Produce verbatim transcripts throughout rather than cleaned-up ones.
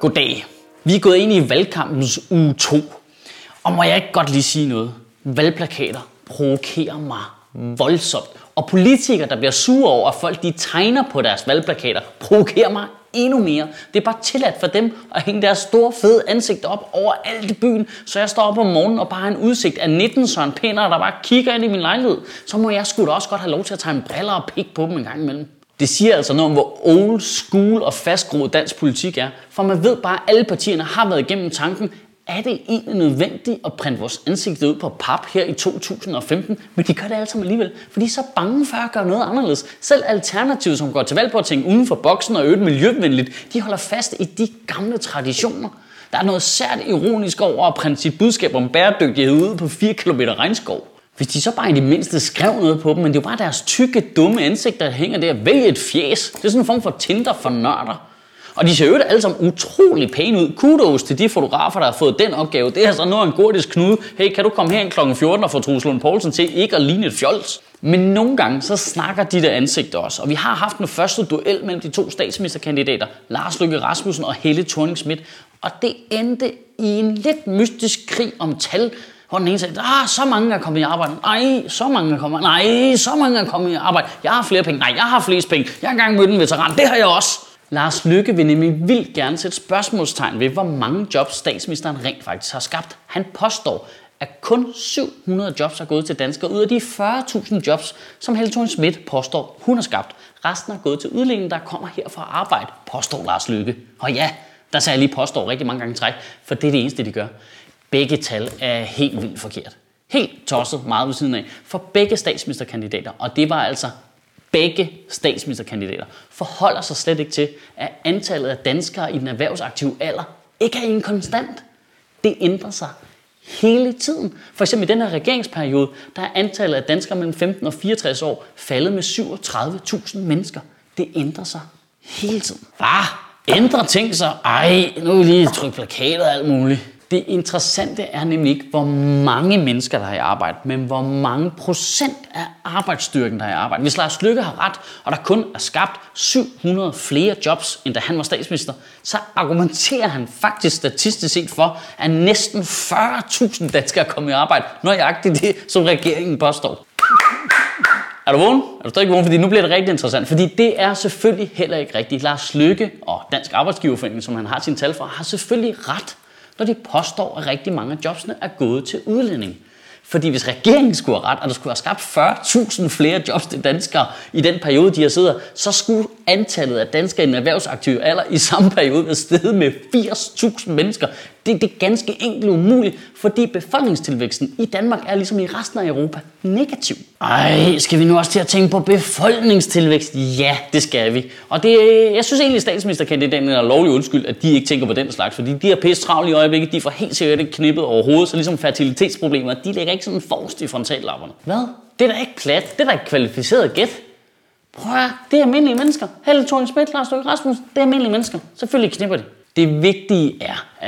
Goddag. Vi er gået ind i valgkampens uge to. Og må jeg ikke godt lige sige noget? Valgplakater provokerer mig voldsomt. Og politikere, der bliver sure over, at folk de tegner på deres valgplakater, provokerer mig endnu mere. Det er bare tilladt for dem at hænge deres store fede ansigter op over alt i byen, så jeg står op om morgenen og bare har en udsigt af nitten Søren Pinner, der bare kigger ind i min lejlighed. Så må jeg sgu da også godt have lov til at tegne briller og pik på dem en gang imellem. Det siger altså noget om, hvor old school og fastgroet dansk politik er. For man ved bare, at alle partierne har været igennem tanken, er det egentlig nødvendigt at printe vores ansigter ud på pap her i to tusind og femten? Men de gør det alle sammen alligevel, for de er så bange for at gøre noget anderledes. Selv Alternativet, som går til valg på at tænke uden for boksen og øge miljøvenligt, de holder fast i de gamle traditioner. Der er noget sært ironisk over at printe sit budskab om bæredygtighed ud på fire kilometer regnskov. Hvis de så bare i det mindste skrev noget på dem, men det er jo bare deres tykke, dumme ansigter, der hænger der. Vælg et fjes. Det er sådan en form for Tinder for nørder. Og de ser jo alle sammen utrolig pæne ud. Kudos til de fotografer, der har fået den opgave. Det er altså noget af en gordisk knude. Hey, kan du komme herind klokken fjorten og få Troels Lund Poulsen til ikke at ligne et fjols? Men nogle gange så snakker de der ansigter også. Og vi har haft den første duel mellem de to statsministerkandidater, Lars Løkke Rasmussen og Helle Thorning-Schmidt. Og det endte i en lidt mystisk krig om tal, hvor den ene sagde, ah, så mange er kommet i arbejde. Nej, så mange er kommet. Nej, så mange er kommet i arbejde. Jeg har flere penge. Nej, jeg har flest penge. Jeg har engang mødt en veteran. Det har jeg også. Lars Løkke vil nemlig vildt gerne sætte spørgsmålstegn ved, hvor mange jobs statsministeren rent faktisk har skabt. Han påstår, at kun syv hundrede jobs er gået til danskere ud af de fyrre tusind jobs, som Helle Thorning-Schmidt påstår, hun har skabt. Resten er gået til udlændinge, der kommer her fra arbejde, påstår Lars Løkke. Og ja, der sagde jeg lige påstår rigtig mange gange træk, for det er det eneste, de gør. Begge tal er helt vildt forkert. Helt tosset meget ved siden af for begge statsministerkandidater, og det var altså begge statsministerkandidater, forholder sig slet ikke til, at antallet af danskere i den erhvervsaktive alder ikke er en konstant. Det ændrer sig hele tiden. For eksempel i den her regeringsperiode, der er antallet af danskere mellem femten og fireogtres år faldet med syvogtredive tusind mennesker. Det ændrer sig hele tiden. Hvad? Ændrer ting sig? Ej, nu vil vi lige trykke plakater og alt muligt. Det interessante er nemlig ikke, hvor mange mennesker, der er i arbejde, men hvor mange procent af arbejdsstyrken, der er i arbejde. Hvis Lars Løkke har ret, og der kun er skabt syv hundrede flere jobs, end da han var statsminister, så argumenterer han faktisk statistisk set for, at næsten fyrre tusind danskere er kommet i arbejde. Nøjagtigt det, som regeringen påstår. Er du vågen? Er du stadig vågen? Fordi nu bliver det rigtig interessant. Fordi det er selvfølgelig heller ikke rigtigt. Lars Løkke og Dansk Arbejdsgiverforening, som han har sine tal fra, har selvfølgelig ret, når de påstår, at rigtig mange af jobsene er gået til udlænding. Fordi hvis regeringen skulle have ret, og der skulle have skabt fyrre tusind flere jobs til danskere i den periode, de har siddet, så skulle antallet af danskere i den erhvervsaktive alder i samme periode være steget med firs tusind mennesker. Det, det er ganske enkelt umuligt, fordi befolkningstilvæksten i Danmark er ligesom i resten af Europa negativ. Ej, skal vi nu også til at tænke på befolkningstilvækst? Ja, det skal vi. Og det, jeg synes egentlig, at statsministerkandidaten er lovlig undskyld, at de ikke tænker på den slags, fordi de har pisse travlt i øjeblikket, de får helt sikkert ikke knippet overhovedet, så ligesom fertilitetsproblemer, de lægger ikke sådan forrest i frontallapperne. Hvad? Det er da ikke plat, det er da ikke kvalificeret gæt. Prøv at, det er almindelige mennesker. Helle Thorning-Schmidt, Lars Løkke Rasmussen, det er almindelige mennesker. Selvfølgelig knipper de. Det vigtige er, at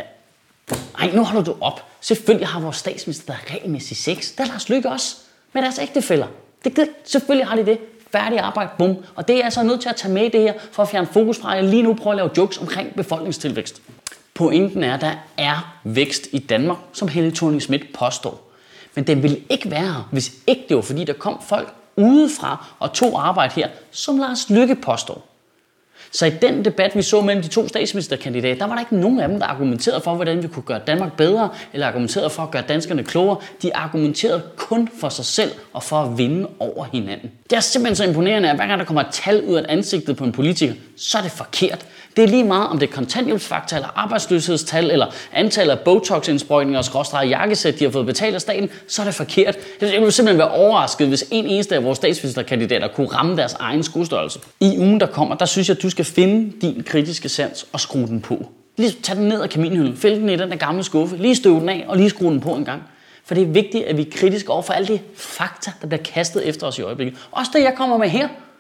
ej, nu holder du op. Selvfølgelig har vores statsminister der regelmæssigt sex. Der er Lars Løkke også. Med deres ægtefæller. Det, det, selvfølgelig har de det. Færdig arbejde, bum. Og det er altså nødt til at tage med i det her, for at fjerne fokus fra, at jeg lige nu prøver at lave jokes omkring befolkningstilvækst. Pointen er, at der er vækst i Danmark, som Helle Thorning-Schmidt påstår. Men den ville ikke være her, hvis ikke det var, fordi der kom folk udefra og tog arbejde her, som Lars Løkke påstår. Så i den debat, vi så mellem de to statsministerkandidater, der var der ikke nogen af dem, der argumenterede for, hvordan vi kunne gøre Danmark bedre, eller argumenterede for at gøre danskerne klogere. De argumenterede kun for sig selv og for at vinde over hinanden. Det er simpelthen så imponerende, at hver gang der kommer et tal ud af ansigtet på en politiker, så er det forkert. Det er lige meget, om det er kontanthjælpsfaktor, eller arbejdsløshedstal, eller antallet af botox-indsprøjtninger og skråstrege jakkesæt, de har fået betalt af staten, så er det forkert. Jeg ville simpelthen være overrasket, hvis en eneste af vores statsministerkandidater kunne ramme deres egen skostørrelse. I ugen, der kommer, der synes jeg, at du skal finde din kritiske sans og skrue den på. Lige tag den ned af kaminhylden, fæld den i den der gamle skuffe, lige støv den af og lige skrue den på en gang. For det er vigtigt, at vi er kritiske over for alle de fakta, der bliver kastet efter os i øjeblikket. Også det, jeg kommer med her.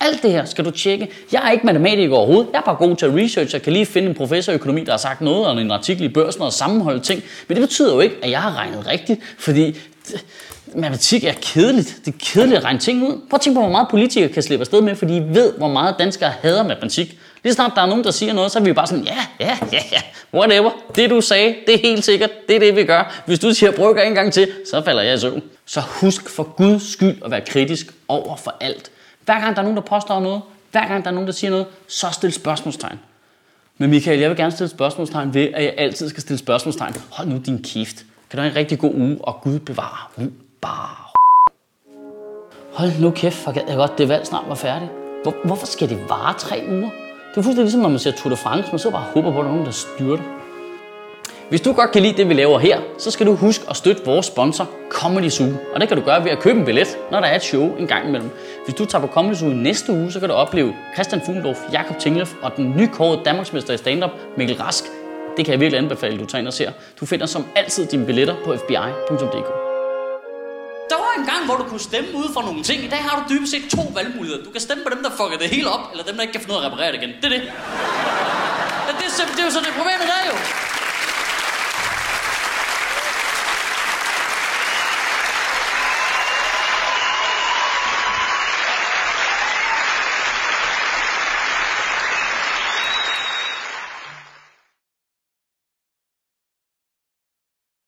Alt det her skal du tjekke. Jeg er ikke matematiker overhovedet. Jeg er bare god til at researche. Jeg kan lige finde en professor i økonomi, der har sagt noget, og en artikel i Børsen og sammenholde ting. Men det betyder jo ikke, at jeg har regnet rigtigt, fordi matematik er kedeligt. Det er kedeligt at regne ting ud. Prøv at tænke på, hvor meget politikere kan slippe afsted med, fordi de ved, hvor meget danskere hader matematik. Lige snart der er nogen, der siger noget, så er vi jo bare sådan, ja, ja, ja, ja, whatever. Det du sagde, det er helt sikkert. Det er det, vi gør. Hvis du siger brygger en gang til, så falder jeg i søvn. Så husk for Guds skyld at være kritisk over for alt. Hver gang der er nogen, der påstår noget, hver gang der er nogen, der siger noget, så stil spørgsmålstegn. Men Michael, jeg vil gerne stille spørgsmålstegn ved, at jeg altid skal stille spørgsmålstegn. Hold nu din kæft. Kan du have en rigtig god uge, og Gud bevare. Nu bare. Hold nu kæft, for jeg godt, det valg snart var færdigt. Hvor, hvorfor skal det vare tre uger? Det er fuldstændig ligesom, når man ser Tour de France, man så bare håber på, at der er nogen, der styrter. Hvis du godt kan lide det, vi laver her, så skal du huske at støtte vores sponsor, Comedy Zoo. Og det kan du gøre ved at købe en billet, når der er et show en gang imellem. Hvis du tager på Comedy Zoo næste uge, så kan du opleve Christian Fuglendorf, Jakob Tingleff og den nykårede Danmarksmester i stand-up, Mikkel Rask. Det kan jeg virkelig anbefale, du tager ind og ser. Du finder som altid dine billetter på f b i punktum d k. Der var en gang, hvor du kunne stemme ud for nogle ting. I dag har du dybest set to valgmuligheder. Du kan stemme på dem, der fucker det hele op, eller dem, der ikke kan finde ud af at reparere det igen. Det er det. Det er, det er jo så det problemet der jo.